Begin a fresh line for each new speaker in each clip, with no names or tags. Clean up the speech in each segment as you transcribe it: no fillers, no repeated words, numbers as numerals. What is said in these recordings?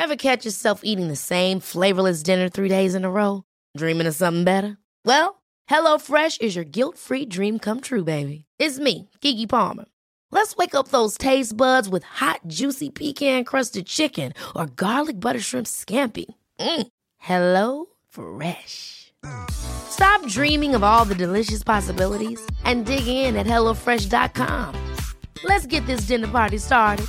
Ever catch yourself eating the same flavorless dinner 3 days in a row? Dreaming of something better? Well, HelloFresh is your guilt-free dream come true, baby. It's me, Keke Palmer. Let's wake up those taste buds with hot, juicy pecan-crusted chicken or garlic butter shrimp scampi. Hello Fresh. Stop dreaming of all the delicious possibilities and dig in at HelloFresh.com. Let's get this dinner party started.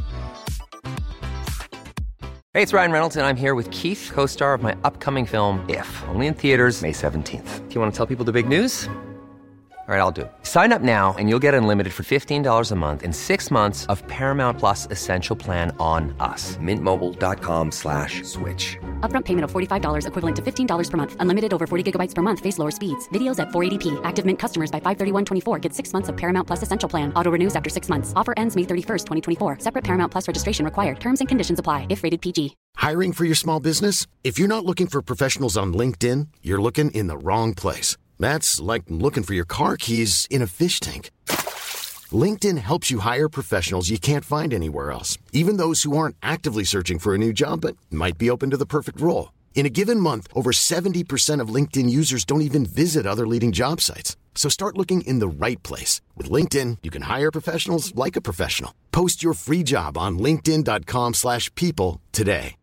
Hey, it's Ryan Reynolds, and I'm here with Keith, co-star of my upcoming film, If, only in theaters May 17th. Do you want to tell people the big news? All right, I'll do it. Sign up now and you'll get unlimited for $15 a month and 6 months of Paramount Plus Essential Plan on us. MintMobile.com/switch.
Upfront payment of $45 equivalent to $15 per month. Unlimited over 40 gigabytes per month. Face lower speeds. Videos at 480p. Active Mint customers by 531.24 get 6 months of Paramount Plus Essential Plan. Auto renews after 6 months. Offer ends May 31st, 2024. Separate Paramount Plus registration required. Terms and conditions apply if rated PG.
Hiring for your small business? If you're not looking for professionals on LinkedIn, you're looking in the wrong place. That's like looking for your car keys in a fish tank. LinkedIn helps you hire professionals you can't find anywhere else, even those who aren't actively searching for a new job but might be open to the perfect role. In a given month, over 70% of LinkedIn users don't even visit other leading job sites. So start looking in the right place. With LinkedIn, you can hire professionals like a professional. Post your free job on linkedin.com/people today.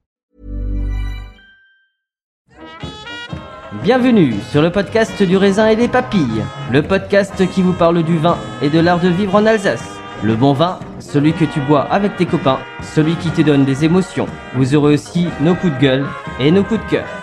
Bienvenue sur le podcast du raisin et des papilles, le podcast qui vous parle du vin et de l'art de vivre en Alsace. Le bon vin, celui que tu bois avec tes copains, celui qui te donne des émotions. Vous aurez aussi nos coups de gueule et nos coups de cœur.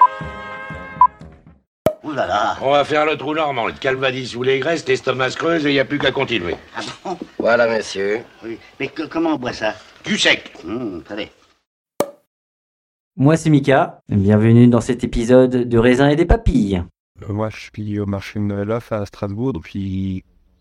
Ouh là là.
On va faire le trou normand, le calvadis sous les graisses, l'estomac se creuse et il n'y a plus qu'à continuer.
Ah bon?
Voilà, monsieur.
Oui. Mais comment on boit ça?
Du sec.
Allez.
Moi c'est Mika, bienvenue dans cet épisode de raisin et des papilles.
Moi, je suis au marché de Noël-Off à Strasbourg depuis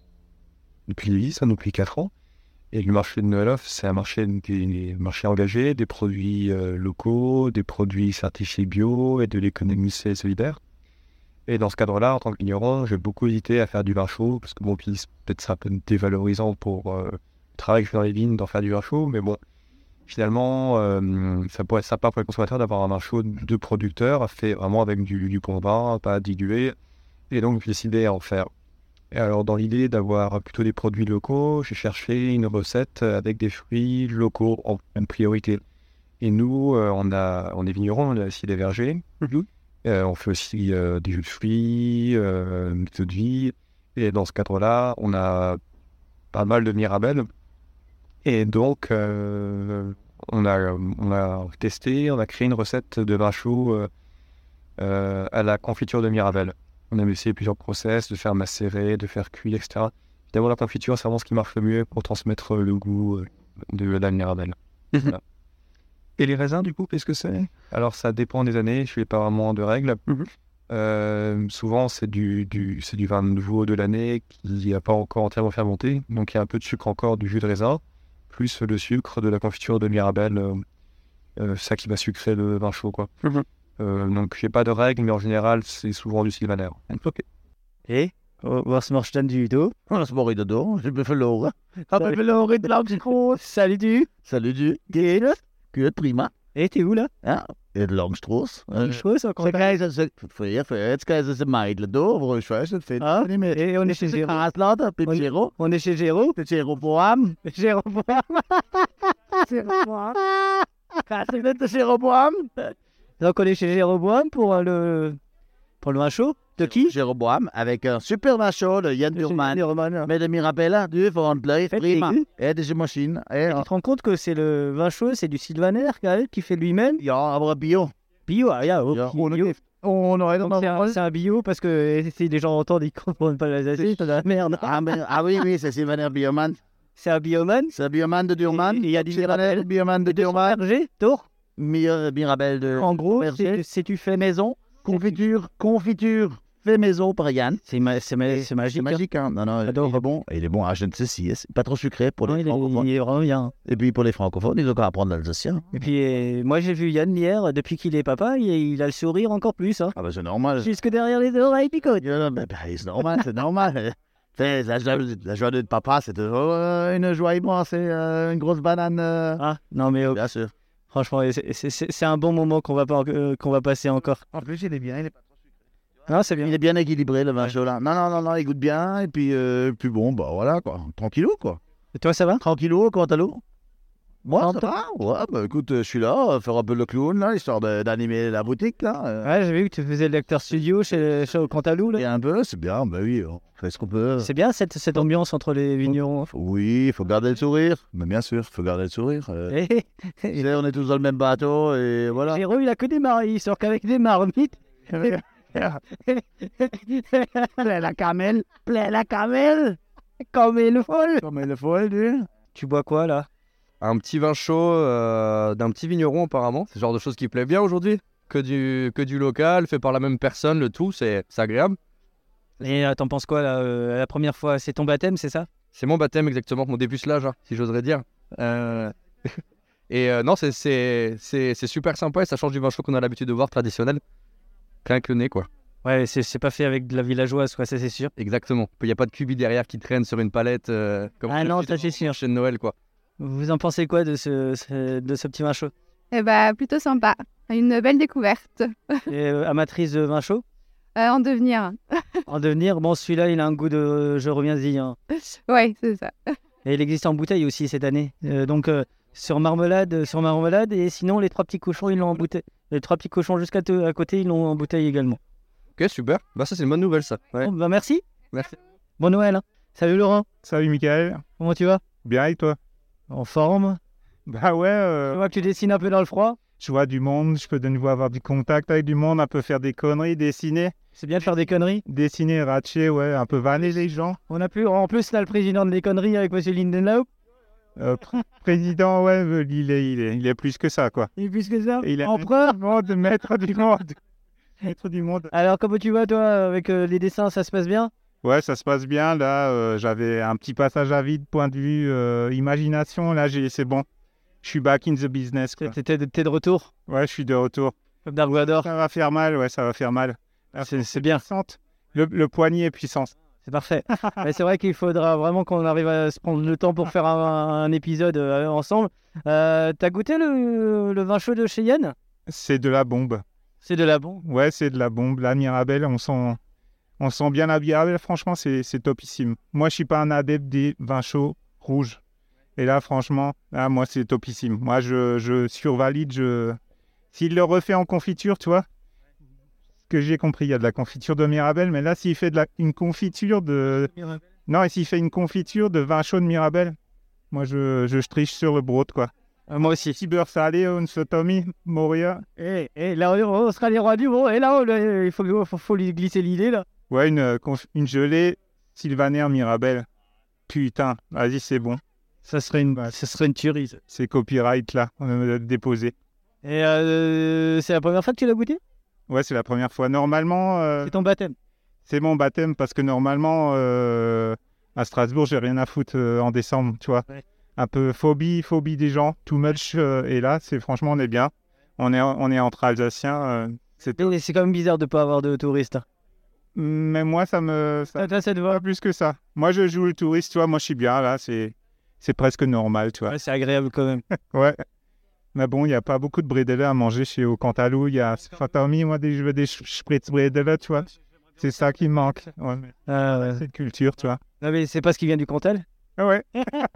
4 ans. Et le marché de Noël-Off, c'est un marché engagé, des produits locaux, des produits certifiés bio et de l'économie solidaire. Et dans ce cadre-là, en tant que vigneron, j'ai beaucoup hésité à faire du vin chaud, parce que bon, puis peut-être c'est un peu dévalorisant pour le travail que je fais dans les vignes d'en faire du vin chaud, mais bon, finalement, ça pourrait être sympa pour les consommateurs d'avoir un vin chaud de producteur, fait vraiment avec du bon vin, pas dilué. Et donc, j'ai décidé à en faire. Et alors, dans l'idée d'avoir plutôt des produits locaux, j'ai cherché une recette avec des fruits locaux en priorité. Et nous, on est vignerons, on a aussi des vergers. On fait aussi des jus de fruits, des eaux de vie. Et dans ce cadre-là, on a pas mal de mirabelle. Et donc, on a testé, on a créé une recette de vin chaud à la confiture de mirabelle. On a essayé plusieurs process, de faire macérer, de faire cuire, etc. Évidemment, la confiture, c'est vraiment ce qui marche le mieux pour transmettre le goût de la mirabelle. Voilà.
Et les raisins, du coup, qu'est-ce que c'est?
Alors, ça dépend des années, je ne fais pas vraiment de règles. Souvent, c'est du vin nouveau de l'année qui n'a pas encore entièrement fermenté. Donc, il y a un peu de sucre encore du jus de raisin, plus le sucre de la confiture de mirabelle, ça qui va sucrer le vin chaud, quoi. Donc, j'ai pas de règles, mais en général, c'est souvent du sylvaner.
Ok. Et was machst du denn du då?
Was mache ich da? Ich bin verloren.
Habe verloren, Langskroos. Salut du.
Salut du. Geht es? Gut, prima.
Et t'es où là?
Ja, in Langstrasse.
Langstrasse, encore.
Jetzt gehen sie Mädchen da, aber ich weiß nicht, finde ich nicht mehr.
Et on est chez Géraud.
Laden, beim Giro.
On est chez Géraud.
Der Jeroboam.
Jéroboam.
C'est nicht der Jeroboam?
Donc on est chez Jéroboam pour le vin chaud. De qui?
Jeroboam, avec un super vin chaud de Yann Durman. Mais de Mirabella, du Vendley, prima. Et des machines. Et
tu te rends compte que c'est le vin chaud, c'est du sylvaner quand même, qui fait lui-même?
Ja, aber bio.
Bio, ah, ja,
Ja, ohne
bio.
Gift. Oh, non,
C'est un bio parce que si les gens entendent, ils ne comprennent pas l'Alsacien, c'est de la merde.
Ah oui, c'est Sylvaner Bioman.
C'est un bioman?
C'est un Bioman de Durman.
Il y a du
Sylvaner Bioman de Durman.
Berger, Tour.
Mirabelle de...
En gros,
Berger.
c'est tu fais maison.
Confiture fait maison par Yann.
C'est magique.
C'est magique, hein. Non,
J'adore.
il est bon. Il est bon, je ne sais si. C'est pas trop sucré pour les francophones.
Il est vraiment bien.
Et puis pour les francophones, ils ont qu'à apprendre l'alsacien.
Et puis, moi j'ai vu Yann hier, depuis qu'il est papa, il a le sourire encore plus. Hein.
Ah bah c'est normal.
Jusque derrière les oreilles picotent.
C'est normal, c'est normal. La joie de papa, c'est toujours une joie immense. C'est une grosse banane.
Ah, non mais
bien sûr.
Franchement, c'est un bon moment qu'on va passer encore.
En plus, il est bien, il est pas trop sucré.
Non, c'est bien.
Il est bien équilibré, le vin chaud là. Non, il goûte bien, et puis bon, bah voilà quoi. Tranquillou quoi.
Et toi, ça va?
Tranquillou, comment t'as l'eau? Moi, ça
Tranquille.
va. Ouais, bah écoute, je suis là, faire un peu le clown là, histoire d'animer la boutique là.
Ouais, j'ai vu que tu faisais l'acteur studio chez au Cantalou. Là.
Et un peu, c'est bien, bah oui, on fait ce qu'on peut.
C'est bien cette ambiance entre les vignerons.
Oui, il faut garder le sourire. Mais bien sûr, il faut garder le sourire. Tu sais, on est tous dans le même bateau et voilà.
Héros, il a que des marmites, il sort qu'avec des marmites.
La camel,
Comme il faut.
comme il faut le dire.
Tu bois quoi là?
Un petit vin chaud d'un petit vigneron apparemment. C'est le genre de choses qui plaît bien aujourd'hui. Que du local, fait par la même personne, le tout, c'est agréable.
Et t'en penses quoi là, la première fois? C'est ton baptême, c'est ça?
C'est mon baptême exactement, mon dépucelage, si j'oserais dire. Et non, c'est super sympa et ça change du vin chaud qu'on a l'habitude de voir traditionnel. Rien que le nez, quoi.
Ouais, c'est pas fait avec de la villageoise, quoi, ça c'est sûr.
Exactement. Il n'y a pas de cubi derrière qui traîne sur une palette comme
Ah non, ça c'est sûr.
chez Noël, quoi.
Vous en pensez quoi de ce petit vin chaud?
Eh bah, plutôt sympa. Une belle découverte.
Et, amatrice de vin chaud?
En devenir.
En devenir, bon, celui-là, il a un goût de je reviens-y. Hein.
Ouais, c'est ça.
Et il existe en bouteille aussi cette année. Donc, sur marmelade, et sinon, les 3 petits cochons, ils l'ont en bouteille. Les 3 petits cochons jusqu'à à côté, ils l'ont en bouteille également.
Ok, super. Bah ça, c'est une bonne nouvelle, ça. Ouais.
Bon, bah merci.
Merci.
Bon Noël. Hein. Salut Laurent.
Salut Mickaël.
Comment tu vas?
Bien et toi?
En forme.
Bah ouais,
Je vois que tu dessines un peu dans le froid.
je vois du monde, je peux de nouveau avoir du contact avec du monde, un peu faire des conneries, dessiner.
C'est bien de faire des conneries.
Dessiner, ratcher, ouais, un peu vanner les gens.
On a plus, en plus, là, le président des conneries avec Monsieur Lindenlaub.
Président, ouais, il est plus que ça, quoi.
Et plus que ça,
Et il est
empereur.
maître du monde. Maître du monde.
Alors, comment tu vas, toi, avec les dessins, ça se passe bien?
Ouais, ça se passe bien. Là, j'avais un petit passage à vide, point de vue imagination. Là, c'est bon. Je suis back in the business, quoi.
T'es de retour?
Ouais, je suis de retour.
Comme Dark Vador.
Ça va faire mal, ouais, ça va faire mal.
C'est bien.
Puissante. Le poignet est puissant.
C'est parfait. Mais c'est vrai qu'il faudra vraiment qu'on arrive à se prendre le temps pour faire un épisode ensemble. T'as goûté le vin chaud de chez Yann?
C'est de la bombe.
C'est de la bombe.
Ouais, c'est de la bombe. La Mirabelle, on sent bien la Mirabelle. Franchement, c'est topissime. Moi, je suis pas un adepte des vins chauds rouges. Et là, franchement, là, moi, c'est topissime. Moi, je survalide. S'il le refait en confiture, tu vois, ce que j'ai compris, il y a de la confiture de Mirabelle. Mais là, s'il fait une confiture de... Non, et s'il fait une confiture de vin chaud de Mirabelle, moi, je triche sur le brode, quoi.
Moi aussi.
Petit beurre salé, un sotomi, Moria.
Et là, on sera les rois du monde. Et là, il faut lui glisser l'idée, là.
Ouais, une gelée Sylvaner Mirabelle. Putain, vas-y, c'est bon.
Ça serait une tuerie. Ça.
C'est copyright, là. On va le déposer.
Et c'est la première fois que tu l'as goûté?
Ouais, c'est la première fois. Normalement...
C'est ton baptême?
C'est mon baptême parce que normalement, à Strasbourg, j'ai rien à foutre en décembre, tu vois. Ouais. Un peu phobie des gens, too much. Et là, franchement, on est bien. On est entre Alsaciens.
C'est quand même bizarre de ne pas avoir de touristes.
Mais moi, ça te va plus que ça. Moi, je joue le touriste, tu vois. Moi, je suis bien, là. C'est presque normal, tu vois.
Ouais, c'est agréable quand même.
Ouais. Mais bon, il n'y a pas beaucoup de bredela à manger chez au Cantalou. Il y a Fatami, moi, je veux des spritz bredela, tu vois. C'est ça qui me manque. Ouais,
ouais.
Cette culture, tu vois.
Non, mais c'est pas ce qui vient du Cantal?
Ah ouais.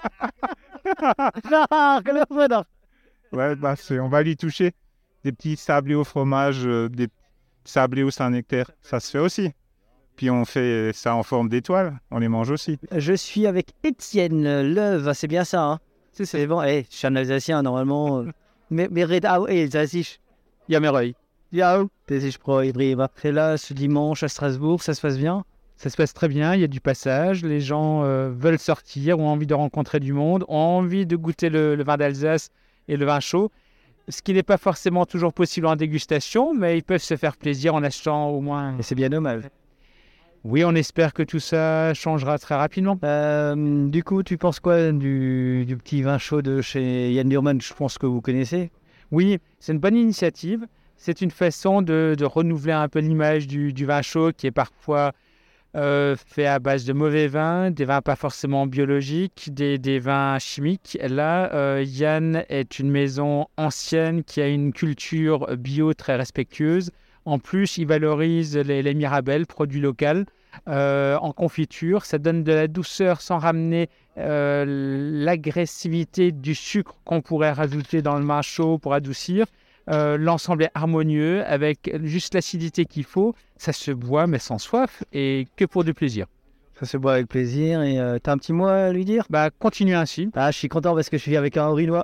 Ouais, bah, on va lui toucher des petits sablés au fromage, des sablés au Saint-Nectaire. Ça se fait aussi. Puis on fait ça en forme d'étoile. On les mange aussi.
Je suis avec Étienne Löw. C'est bien ça, hein? C'est bon. Je suis un Alsacien, normalement. Mais Alsacisch. Ja, mais oui. Ja, das ist prima. Et là, ce dimanche à Strasbourg, ça se passe bien?
Ça se passe très bien, il y a du passage, les gens veulent sortir, ont envie de rencontrer du monde, ont envie de goûter le vin d'Alsace et le vin chaud, ce qui n'est pas forcément toujours possible en dégustation, mais ils peuvent se faire plaisir en achetant au moins...
Et c'est bien dommage.
Oui, on espère que tout ça changera très rapidement.
Du coup, tu penses quoi du petit vin chaud de chez Yann Durman? Je pense que vous connaissez.
Oui, c'est une bonne initiative. C'est une façon de renouveler un peu l'image du vin chaud qui est parfois fait à base de mauvais vins, des vins pas forcément biologiques, des vins chimiques. Là, Yann est une maison ancienne qui a une culture bio très respectueuse. En plus, il valorise les Mirabelles, produits locaux, en confiture. Ça donne de la douceur sans ramener l'agressivité du sucre qu'on pourrait rajouter dans le vin chaud pour adoucir. L'ensemble est harmonieux avec juste l'acidité qu'il faut. Ça se boit mais sans soif et que pour du plaisir.
Ça se boit avec plaisir. Et t'as un petit mot à lui dire?
Bah, continue ainsi.
Ah, je suis content parce que je suis avec un Aurinois.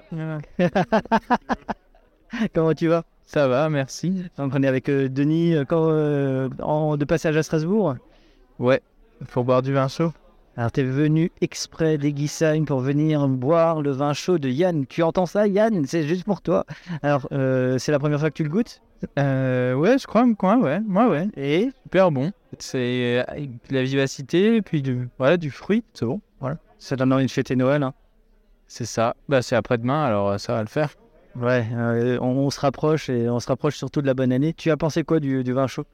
Comment tu vas?
Ça va, merci.
Donc on est avec Denis de passage à Strasbourg.
Ouais, pour boire du vin chaud.
Alors t'es venu exprès d'Eguisheim pour venir boire le vin chaud de Yann. Tu entends ça, Yann? C'est juste pour toi. Alors c'est la première fois que tu le goûtes?
Ouais, je crois, ouais. Moi, ouais.
Et
super bon. C'est de la vivacité et puis du fruit, c'est bon. Voilà.
Ça donne envie de fêter Noël. Hein.
C'est ça. Bah c'est après-demain, alors ça va le faire.
Ouais, on se rapproche et on se rapproche surtout de la bonne année. Tu as pensé quoi du vin chaud?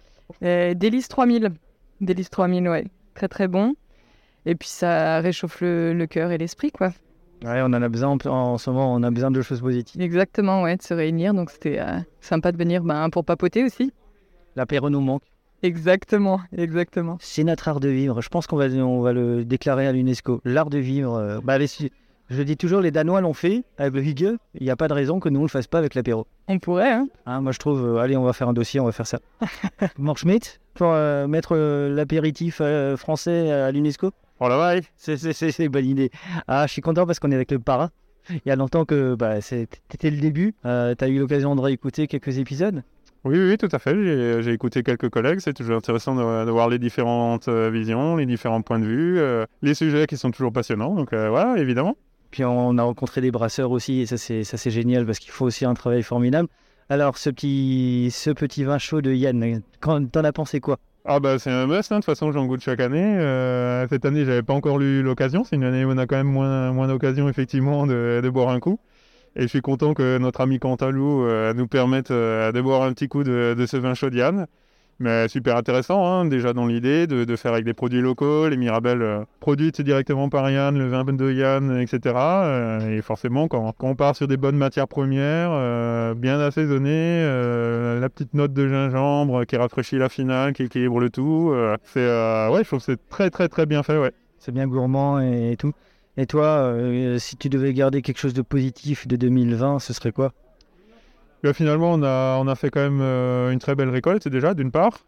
Délice 3000. Délice 3000, ouais. Très très bon. Et puis ça réchauffe le cœur et l'esprit, quoi.
Ouais, on en a besoin en ce moment, on a besoin de choses positives.
Exactement, ouais, de se réunir. Donc c'était sympa de venir pour papoter aussi.
L'apéro nous manque.
Exactement.
C'est notre art de vivre. Je pense qu'on va le déclarer à l'UNESCO. L'art de vivre. Je dis toujours, les Danois l'ont fait avec le hygge. Il n'y a pas de raison que nous on le fasse pas avec l'apéro.
On pourrait, hein.
Moi je trouve, allez, on va faire un dossier, on va faire ça. Schmitt, pour mettre l'apéritif français à l'UNESCO.
Oh la vache.
C'est une bonne idée. Je suis content parce qu'on est avec le parrain. Il y a longtemps que c'était le début. Tu as eu l'occasion de réécouter quelques épisodes.
Oui, tout à fait. J'ai écouté quelques collègues. C'est toujours intéressant de voir les différentes visions, les différents points de vue, les sujets qui sont toujours passionnants. Donc voilà, évidemment.
Puis on a rencontré des brasseurs aussi, et ça c'est génial parce qu'il faut aussi un travail formidable. Alors ce petit vin chaud de Yann, t'en as pensé quoi?
C'est un must, de toute façon j'en goûte chaque année. Cette année j'avais pas encore eu l'occasion, c'est une année où on a quand même moins d'occasion effectivement de boire un coup. Et je suis content que notre ami Cantalou nous permette de boire un petit coup de ce vin chaud de Yann. Mais super intéressant, déjà dans l'idée de faire avec des produits locaux, les Mirabelles produites directement par Yann, le vin de Yann, etc. Et forcément, quand on part sur des bonnes matières premières, bien assaisonnées, la petite note de gingembre qui rafraîchit la finale, qui équilibre le tout, je trouve que c'est très très très bien fait, ouais.
C'est bien gourmand et tout. Et toi, si tu devais garder quelque chose de positif de 2020, ce serait quoi?
Finalement, on a fait quand même une très belle récolte déjà, d'une part.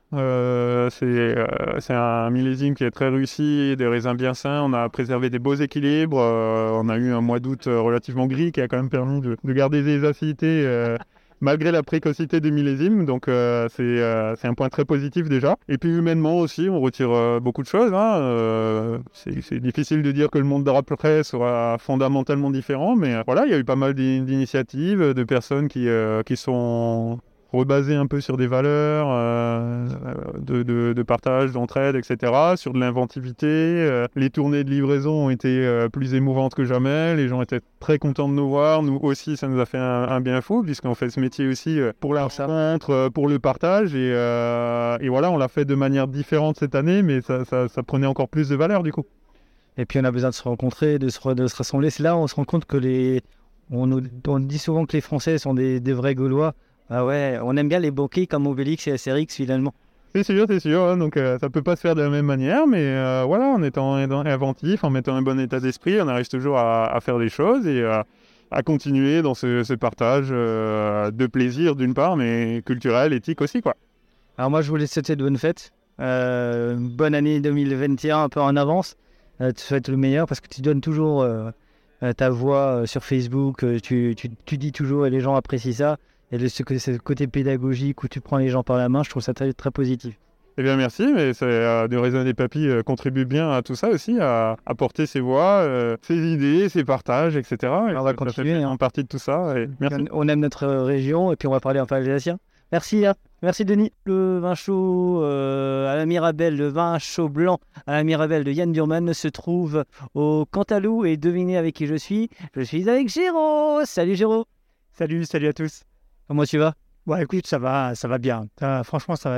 C'est un millésime qui est très réussi, des raisins bien sains. On a préservé des beaux équilibres. On a eu un mois d'août relativement gris qui a quand même permis de garder des acidités malgré la précocité du millésime. Donc c'est un point très positif déjà. Et puis humainement aussi, on retire beaucoup de choses. C'est difficile de dire que le monde d'après sera fondamentalement différent, mais voilà, il y a eu pas mal d'initiatives, de personnes qui sont rebasées un peu sur des valeurs de partage, d'entraide, etc., sur de l'inventivité. Les tournées de livraison ont été plus émouvantes que jamais. Les gens étaient très contents de nous voir. Nous aussi, ça nous a fait un bien fou, puisqu'on fait ce métier aussi pour la rencontre, pour le partage. Et voilà, on l'a fait de manière différente cette année, mais ça prenait encore plus de valeur du coup.
Et puis on a besoin de se rencontrer, de se rassembler. C'est là où on se rend compte que on dit souvent que les Français sont des vrais Gaulois. Ah ouais, on aime bien les bokeh comme Obélix et Astérix finalement.
C'est sûr, donc ça peut pas se faire de la même manière, mais voilà, en étant inventif, en mettant un bon état d'esprit, on arrive toujours à faire des choses et à continuer dans ce partage de plaisir d'une part, mais culturel, éthique aussi, quoi.
Alors moi je voulais te souhaiter de bonnes fêtes, bonne année 2021 un peu en avance, te souhaite le meilleur parce que tu donnes toujours ta voix sur Facebook, tu dis toujours et les gens apprécient ça. Et ce côté pédagogique où tu prends les gens par la main, je trouve ça très, très positif.
Eh bien merci, mais de Raisonner des Papilles contribue bien à tout ça aussi, à apporter ses voix, ses idées, ses partages, etc. Et
on va continuer
en partie de tout ça. Et merci.
On aime notre région et puis on va parler un peu alsacien. Merci, merci Denis. Le vin chaud à la Mirabelle, le vin chaud blanc à la Mirabelle de Yann Burman se trouve au Cantalou et devinez avec qui je suis. Je suis avec Géraud. Salut Géraud.
Salut à tous.
Comment tu vas?
Écoute, ça va bien. Franchement, ça va bien.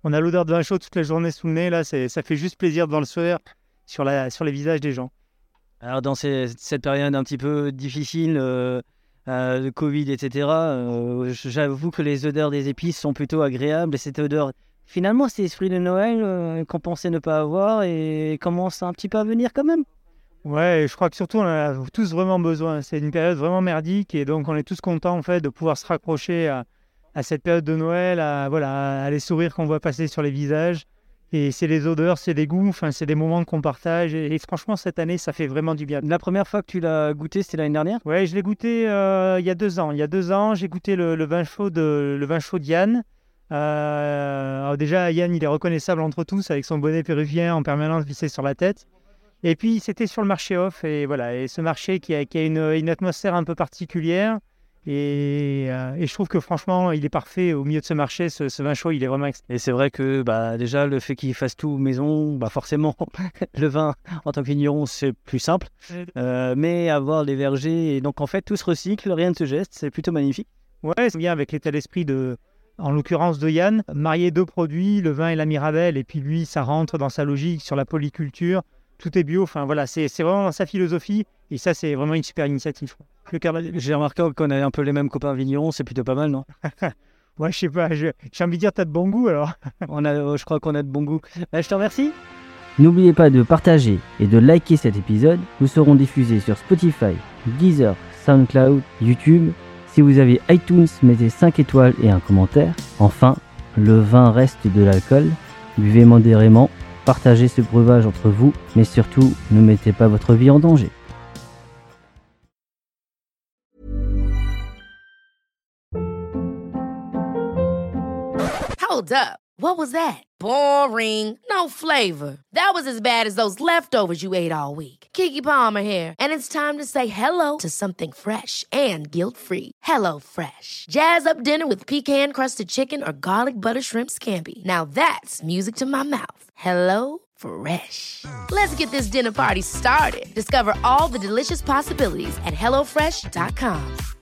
on a l'odeur de vin chaud toute la journée sous le nez. Là, ça fait juste plaisir devant le sourire sur les visages des gens.
Alors dans cette période un petit peu difficile, de Covid, etc., j'avoue que les odeurs des épices sont plutôt agréables. Et cette odeur, finalement, c'est l'esprit de Noël qu'on pensait ne pas avoir et commence un petit peu à venir quand même.
Ouais, je crois que surtout on en a tous vraiment besoin. C'est une période vraiment merdique et donc on est tous contents en fait de pouvoir se raccrocher à cette période de Noël, à les sourires qu'on voit passer sur les visages. Et c'est les odeurs, c'est des goûts, enfin c'est des moments qu'on partage. Et franchement cette année ça fait vraiment du bien.
La première fois que tu l'as goûté, c'était l'année dernière ?
Ouais, je l'ai goûté il y a 2 ans. Il y a 2 ans, j'ai goûté le vin chaud de Yann. Alors déjà Yann il est reconnaissable entre tous avec son bonnet péruvien en permanence vissé sur la tête. Et puis c'était sur le marché off et voilà, et ce marché qui a une atmosphère un peu particulière et je trouve que franchement il est parfait au milieu de ce marché, ce vin chaud il est vraiment
Et c'est vrai que déjà le fait qu'il fasse tout maison, forcément le vin en tant que vigneron c'est plus simple, mais avoir les vergers et donc en fait tout se recycle, rien ne se geste, c'est plutôt magnifique.
Ouais, c'est bien avec l'état d'esprit en l'occurrence de Yann, marier 2 produits, le vin et la Mirabelle, et puis lui ça rentre dans sa logique sur la polyculture. Tout est bio, enfin voilà, c'est vraiment dans sa philosophie et ça c'est vraiment une super initiative.
J'ai remarqué qu'on avait un peu les mêmes copains vignerons, c'est plutôt pas mal, non?
Ouais, je sais pas, j'ai envie de dire t'as de bon goût alors.
Je crois qu'on a de bon goût. Je te remercie.
N'oubliez pas de partager et de liker cet épisode. Nous serons diffusés sur Spotify, Deezer, SoundCloud, YouTube. Si vous avez iTunes, mettez 5 étoiles et un commentaire. Enfin, le vin reste de l'alcool. Buvez modérément. Partagez ce breuvage entre vous, mais surtout, ne mettez pas votre vie en danger.
Hold up. What was that? Boring. No flavor. That was as bad as those leftovers you ate all week. Keke Palmer here, and it's time to say hello to something fresh and guilt-free. Hello Fresh. Jazz up dinner with pecan-crusted chicken or garlic butter shrimp scampi. Now that's music to my mouth. Hello Fresh. Let's get this dinner party started. Discover all the delicious possibilities at HelloFresh.com.